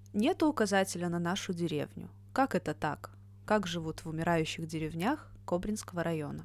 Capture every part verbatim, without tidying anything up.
Нет указателя на нашу деревню. Как это так? Как живут в умирающих деревнях Кобринского района?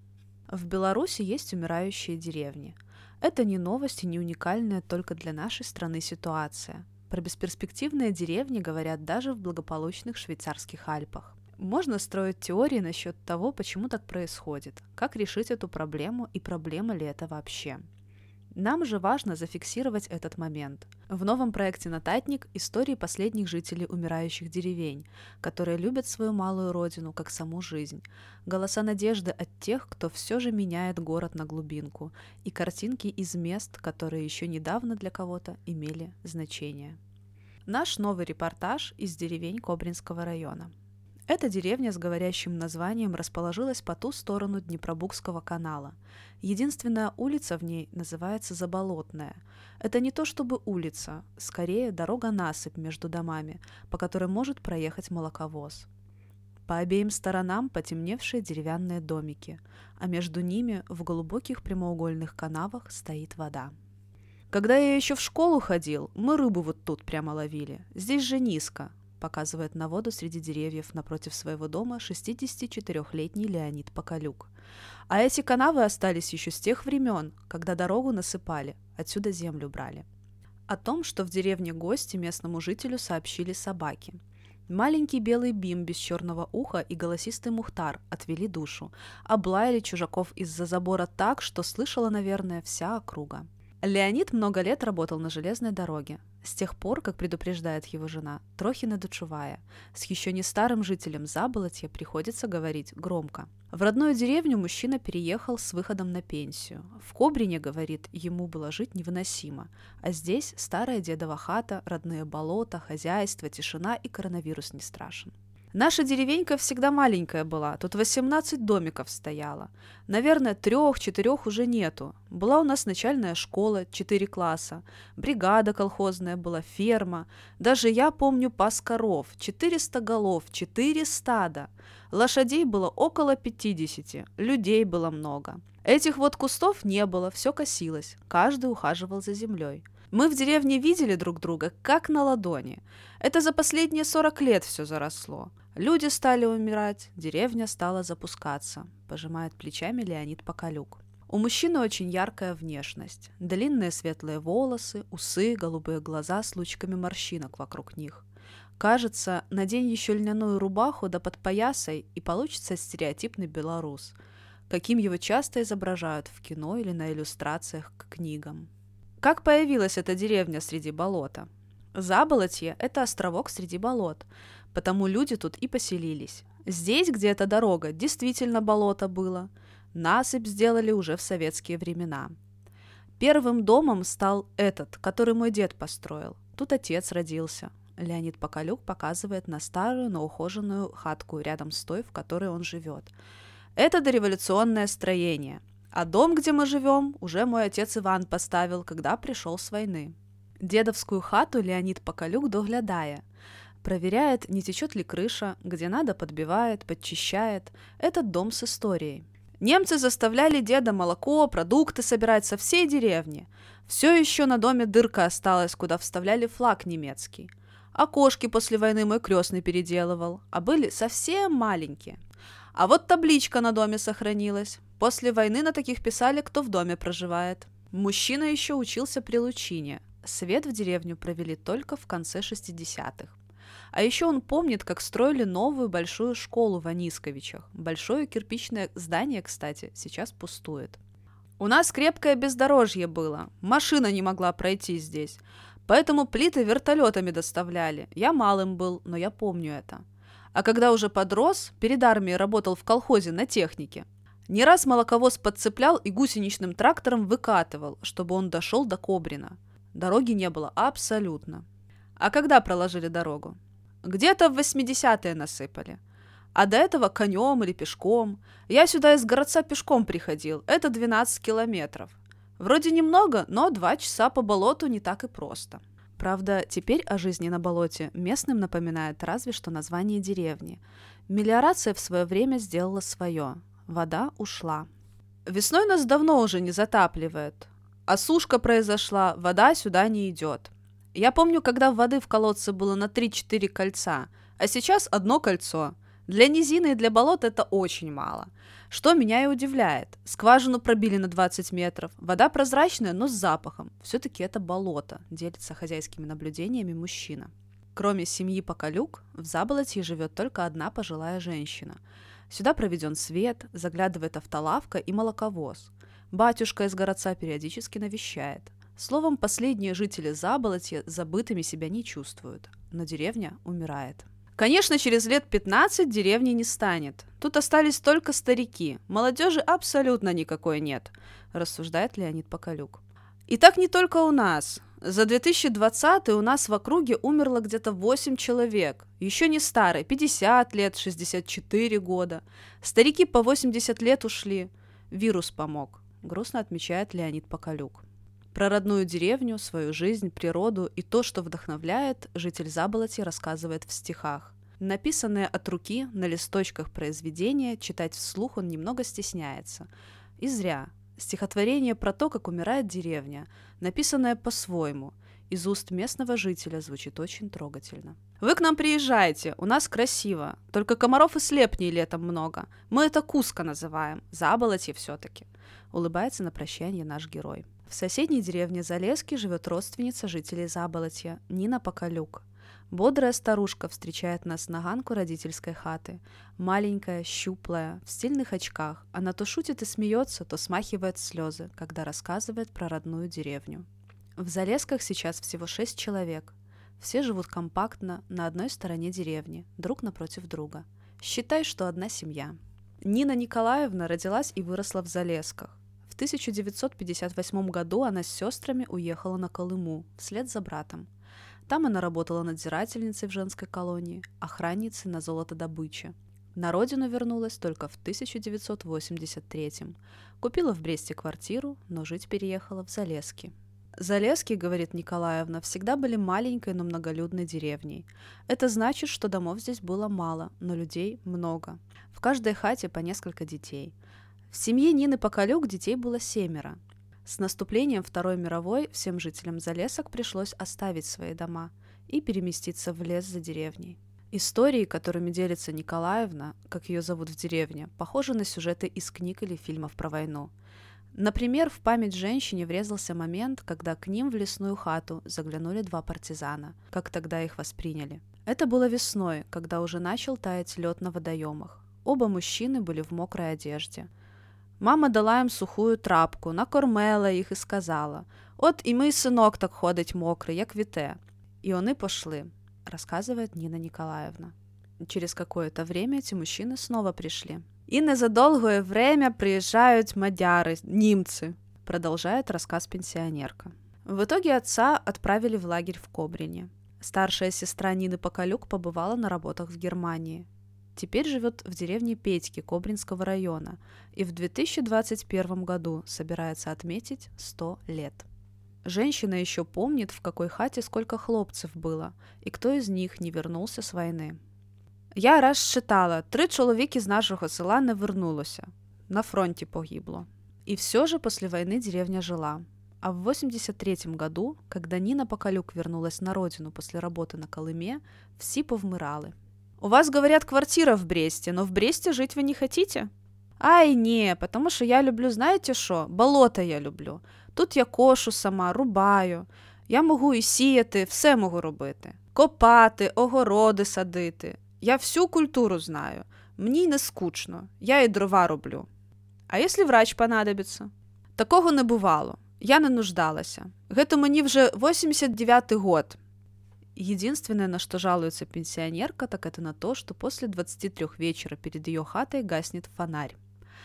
В Беларуси есть умирающие деревни. Это не новость и не уникальная только для нашей страны ситуация. Про бесперспективные деревни говорят даже в благополучных швейцарских Альпах. Можно строить теории насчет того, почему так происходит, как решить эту проблему и проблема ли это вообще. Нам же важно зафиксировать этот момент. В новом проекте «Нотатник» истории последних жителей умирающих деревень, которые любят свою малую родину, как саму жизнь. Голоса надежды от тех, кто все же меняет город на глубинку. И картинки из мест, которые еще недавно для кого-то имели значение. Наш новый репортаж из деревень Кобринского района. Эта деревня с говорящим названием расположилась по ту сторону Днепробукского канала. Единственная улица в ней называется Заболотная. Это не то чтобы улица, скорее дорога-насыпь между домами, по которой может проехать молоковоз. По обеим сторонам потемневшие деревянные домики, а между ними в глубоких прямоугольных канавах стоит вода. Когда я еще в школу ходил, мы рыбу вот тут прямо ловили. Здесь же низко, показывает на воду среди деревьев напротив своего дома шестидесятичетырёхлетний Леонид Поколюк. А эти канавы остались еще с тех времен, когда дорогу насыпали, отсюда землю брали. О том, что в деревне гости местному жителю сообщили собаки. Маленький белый Бим без черного уха и голосистый Мухтар отвели душу, облаяли чужаков из-за забора так, что слышала, наверное, вся округа. Леонид много лет работал на железной дороге, с тех пор, как предупреждает его жена, Трохина дочувая. С еще не старым жителем Заболотья приходится говорить громко. В родную деревню мужчина переехал с выходом на пенсию. В Кобрине, говорит, ему было жить невыносимо. А здесь старая дедова хата, родные болота, хозяйство, тишина и коронавирус не страшен. Наша деревенька всегда маленькая была, тут восемнадцать домиков стояло. Наверное, трех-четырех уже нету. Была у нас начальная школа, четыре класса, бригада колхозная была, ферма. Даже я помню пас коров, четыреста голов, четыре стада. Лошадей было около пятидесяти, людей было много. Этих вот кустов не было, все косилось, каждый ухаживал за землей. Мы в деревне видели друг друга, как на ладони. Это за последние сорок лет все заросло. Люди стали умирать, деревня стала запускаться, пожимает плечами Леонид Поколюк. У мужчины очень яркая внешность. Длинные светлые волосы, усы, голубые глаза с лучиками морщинок вокруг них. Кажется, надень еще льняную рубаху да под поясой, и получится стереотипный белорус, каким его часто изображают в кино или на иллюстрациях к книгам. Как появилась эта деревня среди болота? Заболотье – это островок среди болот, потому люди тут и поселились. Здесь, где эта дорога, действительно болото было. Насыпь сделали уже в советские времена. Первым домом стал этот, который мой дед построил. Тут отец родился. Леонид Поколюк показывает на старую, но ухоженную хатку рядом с той, в которой он живет. Это дореволюционное строение. А дом, где мы живем, уже мой отец Иван поставил, когда пришел с войны. Дедовскую хату Леонид Поколюк доглядая. Проверяет, не течет ли крыша, где надо подбивает, подчищает. Этот дом с историей. Немцы заставляли деда молоко, продукты собирать со всей деревни. Все еще на доме дырка осталась, куда вставляли флаг немецкий. Окошки после войны мой крестный переделывал, а были совсем маленькие. А вот табличка на доме сохранилась. После войны на таких писали, кто в доме проживает. Мужчина еще учился при Лучине. Свет в деревню провели только в конце шестидесятых. А еще он помнит, как строили новую большую школу в Анисковичах. Большое кирпичное здание, кстати, сейчас пустует. У нас крепкое бездорожье было. Машина не могла пройти здесь. Поэтому плиты вертолетами доставляли. Я малым был, но я помню это. А когда уже подрос, перед армией работал в колхозе на технике. Не раз молоковоз подцеплял и гусеничным трактором выкатывал, чтобы он дошел до Кобрина. Дороги не было абсолютно. А когда проложили дорогу? Где-то в восьмидесятые насыпали. А до этого конем или пешком. Я сюда из городца пешком приходил. Это двенадцать километров. Вроде немного, но два часа по болоту не так и просто. Правда, теперь о жизни на болоте местным напоминает разве что название деревни. Мелиорация в свое время сделала свое. Вода ушла. Весной нас давно уже не затапливает. А сушка произошла, вода сюда не идет. Я помню, когда воды в колодце было на три-четыре кольца, а сейчас одно кольцо. Для низины и для болот это очень мало. Что меня и удивляет. Скважину пробили на двадцать метров, вода прозрачная, но с запахом. Все-таки это болото, делится хозяйскими наблюдениями мужчина. Кроме семьи Поколюк, в Заболотье живет только одна пожилая женщина. Сюда проведен свет, заглядывает автолавка и молоковоз. Батюшка из городца периодически навещает. Словом, последние жители Заболотья забытыми себя не чувствуют, но деревня умирает. Конечно, через лет пятнадцать деревни не станет. Тут остались только старики, молодежи абсолютно никакой нет, рассуждает Леонид Поколюк. И так не только у нас. За две тысячи двадцатый у нас в округе умерло где-то восемь человек. Еще не старые, пятьдесят лет, шестьдесят четыре года. Старики по восемьдесят лет ушли. Вирус помог, грустно отмечает Леонид Поколюк. Про родную деревню, свою жизнь, природу и то, что вдохновляет, житель Заболотья рассказывает в стихах. Написанные от руки на листочках произведения читать вслух он немного стесняется. И зря. Стихотворение про то, как умирает деревня, написанное по-своему, из уст местного жителя, звучит очень трогательно. Вы к нам приезжайте, у нас красиво, только комаров и слепней летом много. Мы это Куско называем, Заболотье все-таки, улыбается на прощание наш герой. В соседней деревне Залески живет родственница жителей Заболотья, Нина Поколюк. Бодрая старушка встречает нас на ганку родительской хаты. Маленькая, щуплая, в стильных очках. Она то шутит и смеется, то смахивает слезы, когда рассказывает про родную деревню. В Залесках сейчас всего шесть человек. Все живут компактно на одной стороне деревни, друг напротив друга. Считай, что одна семья. Нина Николаевна родилась и выросла в Залесках. В тысяча девятьсот пятьдесят восьмом году она с сестрами уехала на Колыму вслед за братом. Там она работала надзирательницей в женской колонии, охранницей на золотодобыче. На родину вернулась только в тысяча девятьсот восемьдесят третьем. Купила в Бресте квартиру, но жить переехала в Залески. Залески, говорит Николаевна, всегда были маленькой, но многолюдной деревней. Это значит, что домов здесь было мало, но людей много. В каждой хате по несколько детей. В семье Нины Поколюк детей было семеро. С наступлением Второй мировой всем жителям Залесок пришлось оставить свои дома и переместиться в лес за деревней. Истории, которыми делится Николаевна, как ее зовут в деревне, похожи на сюжеты из книг или фильмов про войну. Например, в память женщине врезался момент, когда к ним в лесную хату заглянули два партизана, как тогда их восприняли. Это было весной, когда уже начал таять лед на водоемах. Оба мужчины были в мокрой одежде. Мама дала им сухую трапку, накормила їх і сказала: «От і мій синок так ходить мокрий, як віте». И они пошли, рассказывает Нина Николаевна. Через какое-то время эти мужчины снова пришли. И незадолгое время приезжают мадяры, немцы, продолжает рассказ пенсионерка. В итоге отца отправили в лагерь в Кобрине. Старшая сестра Нины Поколюк побывала на работах в Германии. Теперь живет в деревне Петьки Кобринского района и в две тысячи двадцать первом году собирается отметить сто лет. Женщина еще помнит, в какой хате сколько хлопцев было, и кто из них не вернулся с войны. Я раз считала, три чоловіки з нашого села не вернулося. На фронте погибло. И все же после войны деревня жила. А в восемьдесят третьем году, когда Нина Поколюк вернулась на родину после работы на Колыме, все повмирали. «У вас, говорят, квартира в Бресте, но в Бресте жить вы не хотите?» «Ай, не, потому що я люблю, знаєте що? Болото я люблю. Тут я кошу сама, рубаю. Я можу і сіяти, все можу робити. Копати, огороди садити. Я всю культуру знаю. Мені не скучно. Я і дрова роблю. А якщо врач понадобиться?» Такого не бувало. Я не нуждалася. Гэта мені вже восемьдесят девятый год. Единственное, на что жалуется пенсионерка, так это на то, что после двадцати трёх вечера перед ее хатой гаснет фонарь.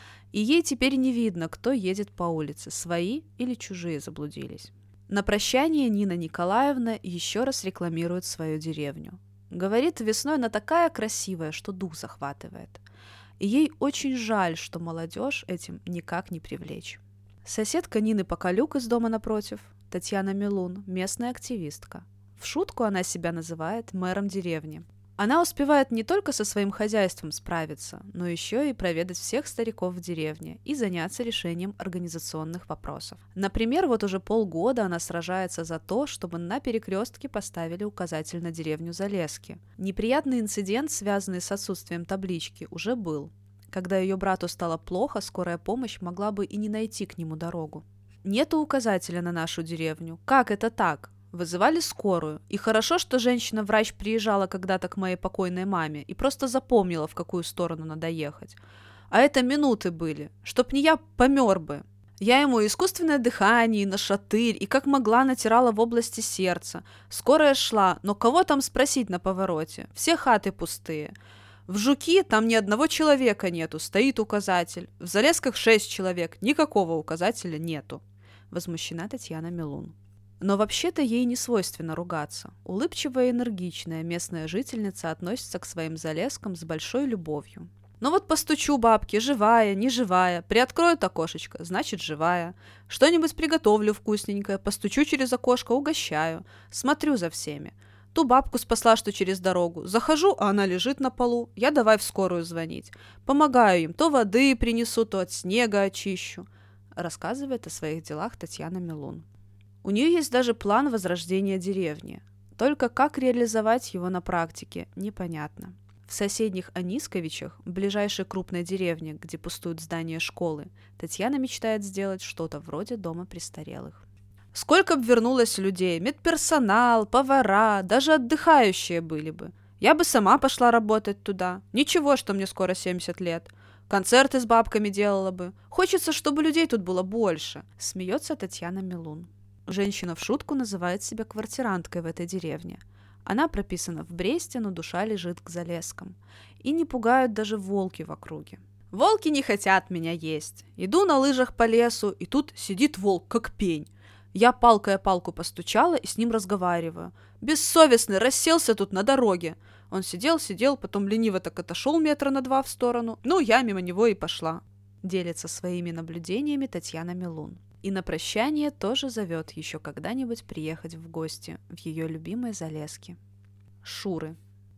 И ей теперь не видно, кто едет по улице, свои или чужие заблудились. На прощание Нина Николаевна еще раз рекламирует свою деревню. Говорит, весной она такая красивая, что дух захватывает. И ей очень жаль, что молодежь этим никак не привлечь. Соседка Нины Поколюк из дома напротив, Татьяна Милун, местная активистка. В шутку она себя называет мэром деревни. Она успевает не только со своим хозяйством справиться, но еще и проведать всех стариков в деревне и заняться решением организационных вопросов. Например, вот уже полгода она сражается за то, чтобы на перекрестке поставили указатель на деревню Залески. Неприятный инцидент, связанный с отсутствием таблички, уже был. Когда ее брату стало плохо, скорая помощь могла бы и не найти к нему дорогу. Нету указателя на нашу деревню. Как это так? Вызывали скорую. И хорошо, что женщина-врач приезжала когда-то к моей покойной маме и просто запомнила, в какую сторону надо ехать. А это минуты были. Чтоб не я, помер бы. Я ему искусственное дыхание, и нашатырь, и как могла натирала в области сердца. Скорая шла, но кого там спросить на повороте? Все хаты пустые. В Жуки там ни одного человека нету, стоит указатель. В Залесках шесть человек, никакого указателя нету. Возмущена Татьяна Милун. Но вообще-то ей не свойственно ругаться. Улыбчивая и энергичная местная жительница относится к своим Залескам с большой любовью. Ну вот постучу бабке, живая, не живая, приоткроют окошечко, значит живая. Что-нибудь приготовлю вкусненькое, постучу через окошко, угощаю. Смотрю за всеми. Ту бабку спасла, что через дорогу. Захожу, а она лежит на полу. Я давай в скорую звонить. Помогаю им, то воды принесу, то от снега очищу. Рассказывает о своих делах Татьяна Милун. У нее есть даже план возрождения деревни. Только как реализовать его на практике, непонятно. В соседних Анисковичах, ближайшей крупной деревне, где пустуют здания школы, Татьяна мечтает сделать что-то вроде дома престарелых. Сколько б вернулось людей, медперсонал, повара, даже отдыхающие были бы. Я бы сама пошла работать туда. Ничего, что мне скоро семьдесят лет. Концерты с бабками делала бы. Хочется, чтобы людей тут было больше. Смеется Татьяна Милун. Женщина в шутку называет себя квартиранткой в этой деревне. Она прописана в Бресте, но душа лежит к Залескам. И не пугают даже волки в округе. Волки не хотят меня есть. Иду на лыжах по лесу, и тут сидит волк, как пень. Я палкой о палку постучала и с ним разговариваю. Бессовестный, расселся тут на дороге. Он сидел, сидел, потом лениво так отошел метра на два в сторону. Ну, я мимо него и пошла. Делится своими наблюдениями Татьяна Милун. И на прощание тоже зовет еще когда-нибудь приехать в гости в ее любимые Залески. Шуры.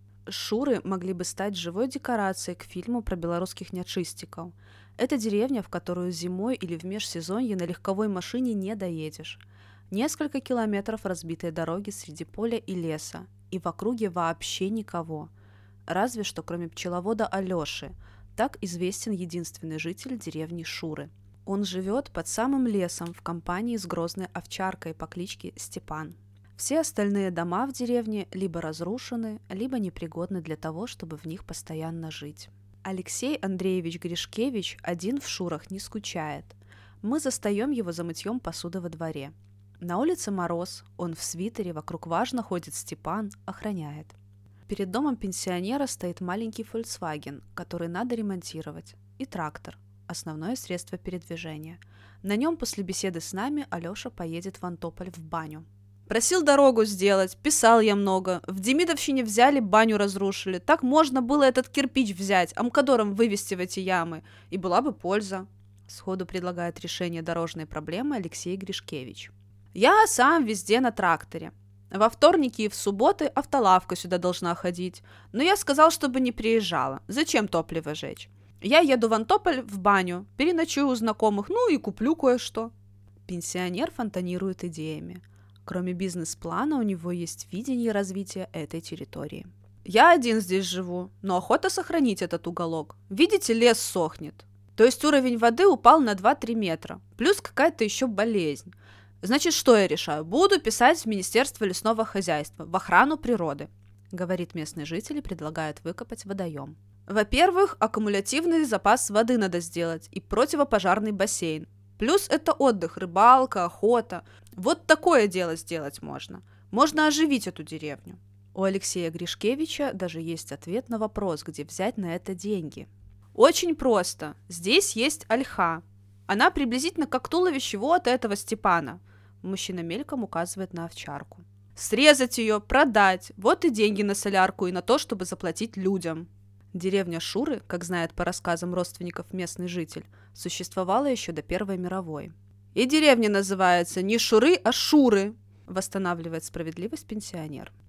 Шуры могли бы стать живой декорацией к фильму про белорусских нячистиков. Это деревня, в которую зимой или в межсезонье на легковой машине не доедешь. Несколько километров разбитой дороги среди поля и леса, и в округе вообще никого. Разве что кроме пчеловода Алеши, так известен единственный житель деревни Шуры. Он живет под самым лесом в компании с грозной овчаркой по кличке Степан. Все остальные дома в деревне либо разрушены, либо непригодны для того, чтобы в них постоянно жить. Алексей Андреевич Гришкевич один в Шурах не скучает. Мы застаем его за мытьем посуды во дворе. На улице мороз, он в свитере, вокруг важно ходит Степан, охраняет. Перед домом пенсионера стоит маленький Volkswagen, который надо ремонтировать, и трактор. Основное средство передвижения. На нем после беседы с нами Алеша поедет в Антополь в баню. Просил дорогу сделать, писал я много. В Демидовщине взяли, баню разрушили. Так можно было этот кирпич взять, амкадором вывести в эти ямы. И была бы польза. Сходу предлагает решение дорожной проблемы Алексей Гришкевич. Я сам везде на тракторе. Во вторники и в субботы автолавка сюда должна ходить. Но я сказал, чтобы не приезжала. Зачем топливо жечь? Я еду в Антополь в баню, переночую у знакомых, ну и куплю кое-что. Пенсионер фонтанирует идеями. Кроме бизнес-плана, у него есть видение развития этой территории. Я один здесь живу, но охота сохранить этот уголок. Видите, лес сохнет. То есть уровень воды упал на два-три метра. Плюс какая-то еще болезнь. Значит, что я решаю? Буду писать в Министерство лесного хозяйства, в охрану природы. Говорит местный житель и предлагает выкопать водоем. Во-первых, аккумулятивный запас воды надо сделать и противопожарный бассейн. Плюс это отдых, рыбалка, охота. Вот такое дело сделать можно. Можно оживить эту деревню. У Алексея Гришкевича даже есть ответ на вопрос, где взять на это деньги. Очень просто. Здесь есть ольха. Она приблизительно как туловище вот этого Степана. Мужчина мельком указывает на овчарку. Срезать ее, продать. Вот и деньги на солярку и на то, чтобы заплатить людям. Деревня Шуры, как знает по рассказам родственников местный житель, существовала еще до Первой мировой. И деревня называется не Шуры, а Шуры, восстанавливает справедливость пенсионер.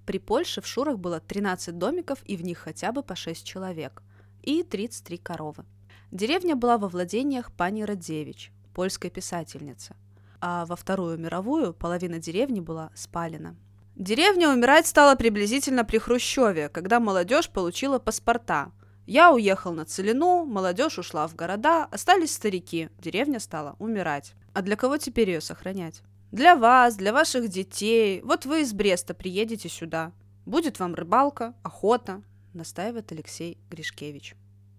При Польше в Шурах было тринадцать домиков, и в них хотя бы по шесть человек, и тридцать три коровы. Деревня была во владениях пани Радзевич, польской писательницы, а во Вторую мировую половина деревни была спалена. Деревня умирать стала приблизительно при Хрущеве, когда молодежь получила паспорта. Я уехал на Целину, молодежь ушла в города, остались старики, деревня стала умирать. А для кого теперь ее сохранять? Для вас, для ваших детей. Вот вы из Бреста приедете сюда. Будет вам рыбалка, охота, настаивает Алексей Гришкевич.